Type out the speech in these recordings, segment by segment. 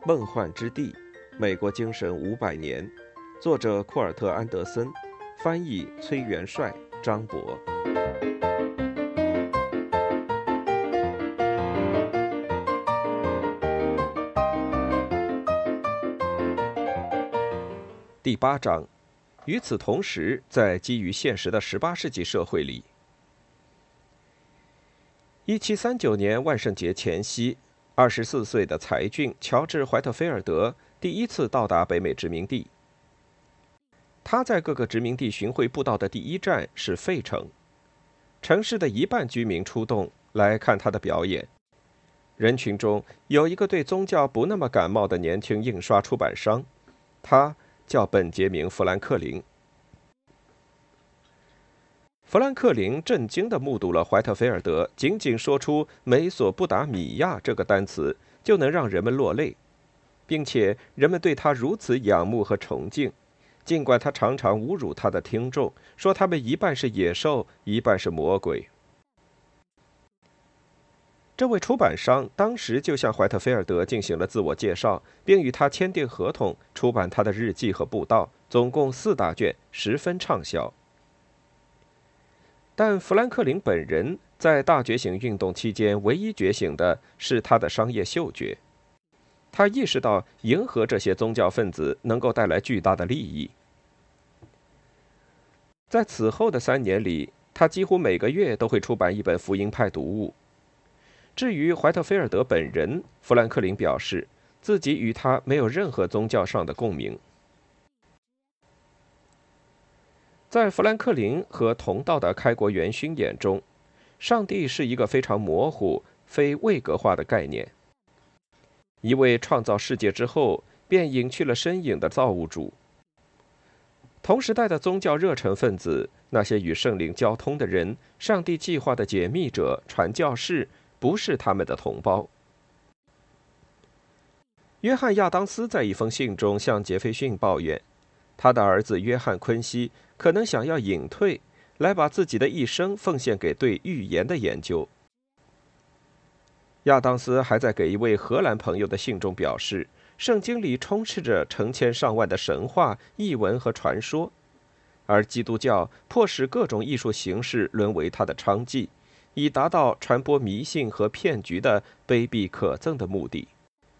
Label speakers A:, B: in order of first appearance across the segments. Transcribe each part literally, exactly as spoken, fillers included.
A: 梦幻之地，美国精神五百年，作者库尔特·安德森，翻译崔元帅、张博。第八章。与此同时，在基于现实的十八世纪社会里，一七三九年万圣节前夕，二十四岁的才俊乔治·怀特菲尔德第一次到达北美殖民地。他在各个殖民地巡回布道的第一站是费城，城市的一半居民出动来看他的表演。人群中有一个对宗教不那么感冒的年轻印刷出版商，他叫本杰明·富兰克林。富兰克林震惊地目睹了怀特菲尔德仅仅说出美索不达米亚这个单词就能让人们落泪，并且人们对他如此仰慕和崇敬，尽管他常常侮辱他的听众，说他们一半是野兽，一半是魔鬼。这位出版商当时就向怀特菲尔德进行了自我介绍，并与他签订合同，出版他的日记和布道，总共四大卷，十分畅销。但富兰克林本人在大觉醒运动期间唯一觉醒的是他的商业嗅觉。他意识到迎合这些宗教分子能够带来巨大的利益。在此后的三年里，他几乎每个月都会出版一本福音派读物。至于怀特菲尔德本人，富兰克林表示自己与他没有任何宗教上的共鸣。在富兰克林和同道的开国元勋眼中，上帝是一个非常模糊、非位格化的概念，一位创造世界之后便隐去了身影的造物主。同时代的宗教热忱分子，那些与圣灵交通的人，上帝计划的解密者、传教士，不是他们的同胞。约翰·亚当斯在一封信中向杰斐逊抱怨，他的儿子约翰·昆西可能想要隐退，来把自己的一生奉献给对预言的研究。亚当斯还在给一位荷兰朋友的信中表示，圣经里充斥着成千上万的神话、译文和传说，而基督教迫使各种艺术形式沦为他的娼妓，以达到传播迷信和骗局的卑鄙可憎的目的。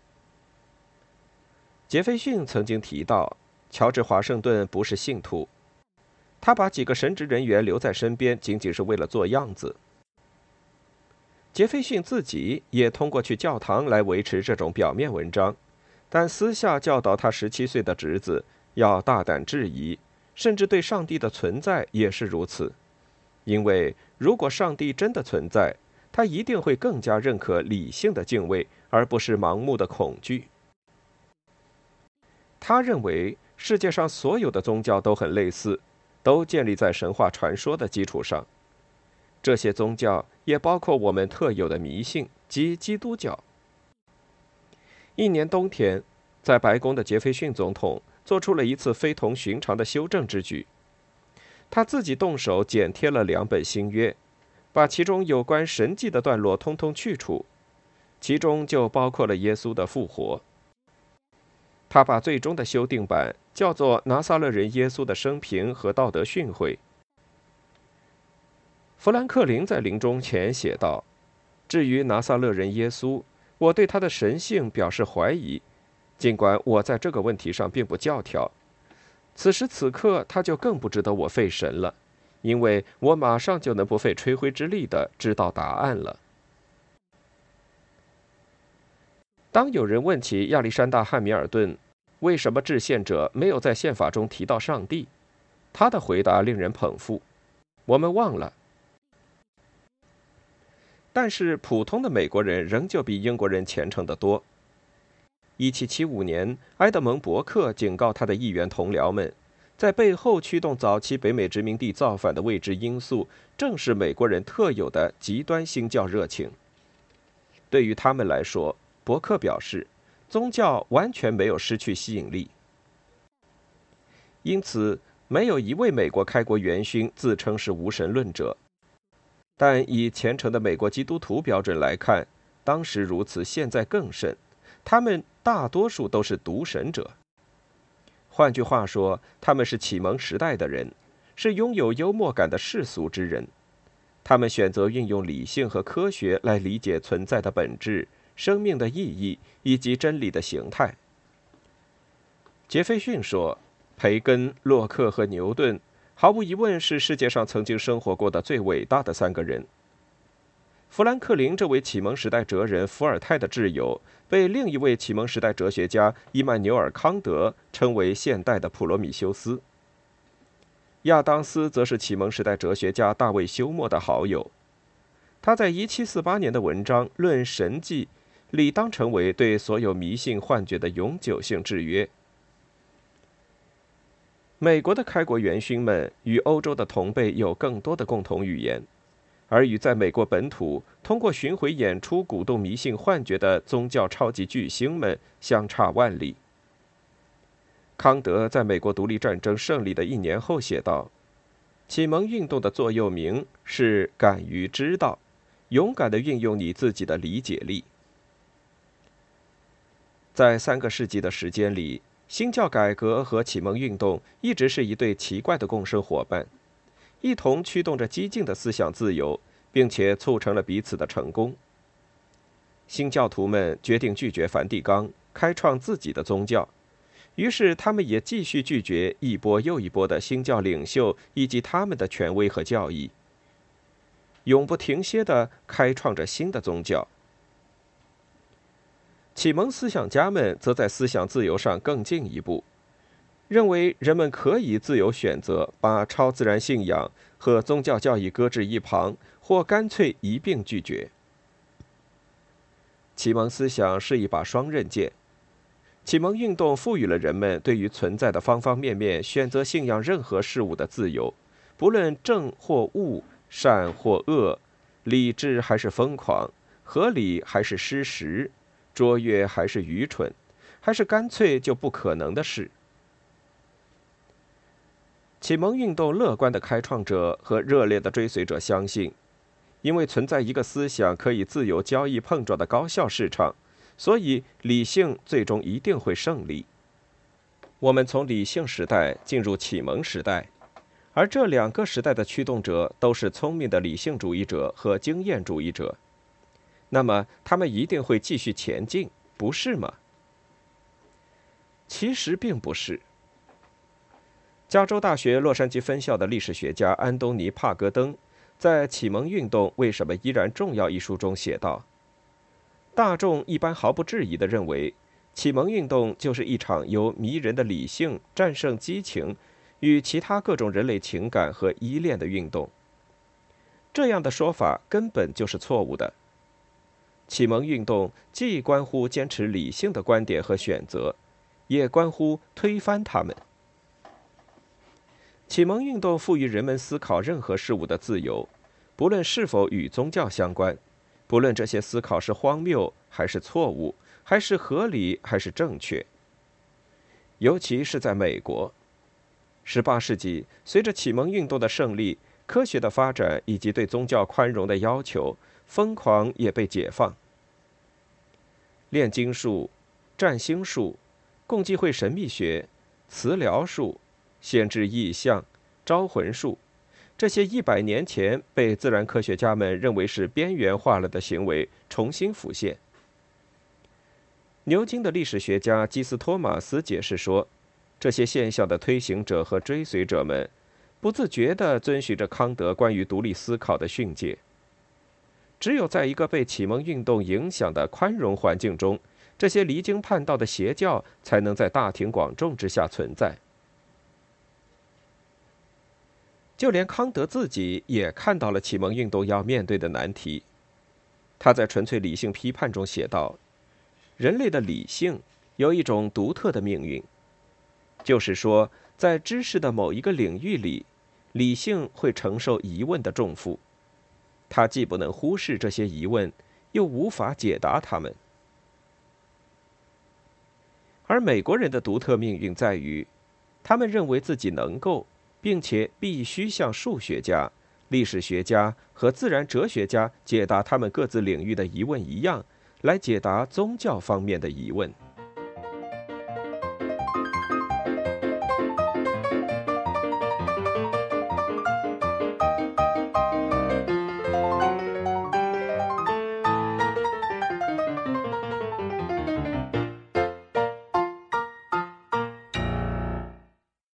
A: 杰斐逊曾经提到，乔治·华盛顿不是信徒，他把几个神职人员留在身边，仅仅是为了做样子。杰斐逊自己也通过去教堂来维持这种表面文章，但私下教导他十七岁的侄子要大胆质疑，甚至对上帝的存在也是如此。因为如果上帝真的存在，他一定会更加认可理性的敬畏，而不是盲目的恐惧。他认为世界上所有的宗教都很类似，都建立在神话传说的基础上。这些宗教也包括我们特有的迷信，即基督教。一年冬天，在白宫的杰斐逊总统做出了一次非同寻常的修正之举。他自己动手剪贴了两本新约，把其中有关神迹的段落通通去除，其中就包括了耶稣的复活。他把最终的修订版叫做拿撒勒人耶稣的生平和道德训诲。富兰克林在临终前写道，至于拿撒勒人耶稣，我对他的神性表示怀疑，尽管我在这个问题上并不教条。此时此刻，他就更不值得我费神了，因为我马上就能不费吹灰之力地知道答案了。当有人问起亚历山大·汉密尔顿为什么制宪者没有在宪法中提到上帝，他的回答令人捧腹：我们忘了。但是普通的美国人仍旧比英国人虔诚得多。一七七五年，埃德蒙·伯克警告他的议员同僚们，在背后驱动早期北美殖民地造反的未知因素，正是美国人特有的极端新教热情。对于他们来说，伯克表示，宗教完全没有失去吸引力。因此，没有一位美国开国元勋自称是无神论者。但以虔诚的美国基督徒标准来看，当时如此，现在更甚。他们大多数都是独神者。换句话说，他们是启蒙时代的人，是拥有幽默感的世俗之人。他们选择运用理性和科学来理解存在的本质、生命的意义以及真理的形态。杰斐逊说，培根、洛克和牛顿毫无疑问是世界上曾经生活过的最伟大的三个人。富兰克林这位启蒙时代哲人伏尔泰的挚友，被另一位启蒙时代哲学家伊曼纽尔·康德称为现代的普罗米修斯。亚当斯则是启蒙时代哲学家大卫·休谟的好友，他在一七四八年的文章《论神迹》里当成为对所有迷信幻觉的永久性制约。美国的开国元勋们与欧洲的同辈有更多的共同语言，而与在美国本土通过巡回演出鼓动迷信幻觉的宗教超级巨星们相差万里。康德在美国独立战争胜利的一年后写道：“启蒙运动的座右铭是敢于知道，勇敢地运用你自己的理解力。”在三个世纪的时间里，新教改革和启蒙运动一直是一对奇怪的共生伙伴，一同驱动着激进的思想自由，并且促成了彼此的成功。新教徒们决定拒绝梵蒂冈，开创自己的宗教。于是，他们也继续拒绝一波又一波的新教领袖以及他们的权威和教义，永不停歇地开创着新的宗教。启蒙思想家们则在思想自由上更进一步，认为人们可以自由选择把超自然信仰和宗教教义搁置一旁，或干脆一并拒绝。启蒙思想是一把双刃剑。启蒙运动赋予了人们对于存在的方方面面选择信仰任何事物的自由，不论正或误，善或恶，理智还是疯狂，合理还是失实，卓越还是愚蠢，还是干脆就不可能的事。启蒙运动乐观的开创者和热烈的追随者相信，因为存在一个思想可以自由交易碰撞的高效市场，所以理性最终一定会胜利。我们从理性时代进入启蒙时代，而这两个时代的驱动者都是聪明的理性主义者和经验主义者。那么他们一定会继续前进，不是吗？其实并不是。加州大学洛杉矶分校的历史学家安东尼·帕格登在《启蒙运动为什么依然重要》一书中写道，大众一般毫不质疑地认为，启蒙运动就是一场由迷人的理性战胜激情与其他各种人类情感和依恋的运动。这样的说法根本就是错误的。启蒙运动既关乎坚持理性的观点和选择，也关乎推翻它们。启蒙运动赋予人们思考任何事物的自由，不论是否与宗教相关，不论这些思考是荒谬还是错误，还是合理还是正确。尤其是在美国，十八世纪随着启蒙运动的胜利，科学的发展以及对宗教宽容的要求，疯狂也被解放。炼金术、占星术、共济会神秘学、磁疗术、限制意象、招魂术，这些一百年前被自然科学家们认为是边缘化了的行为重新浮现。牛津的历史学家基斯托马斯解释说，这些现象的推行者和追随者们不自觉地遵循着康德关于独立思考的训诫。只有在一个被启蒙运动影响的宽容环境中，这些离经叛道的邪教才能在大庭广众之下存在。就连康德自己也看到了启蒙运动要面对的难题。他在《纯粹理性批判》中写道，人类的理性有一种独特的命运，就是说，在知识的某一个领域里，理性会承受疑问的重负。他既不能忽视这些疑问，又无法解答它们。而美国人的独特命运在于，他们认为自己能够，并且必须像数学家、历史学家和自然哲学家解答他们各自领域的疑问一样，来解答宗教方面的疑问。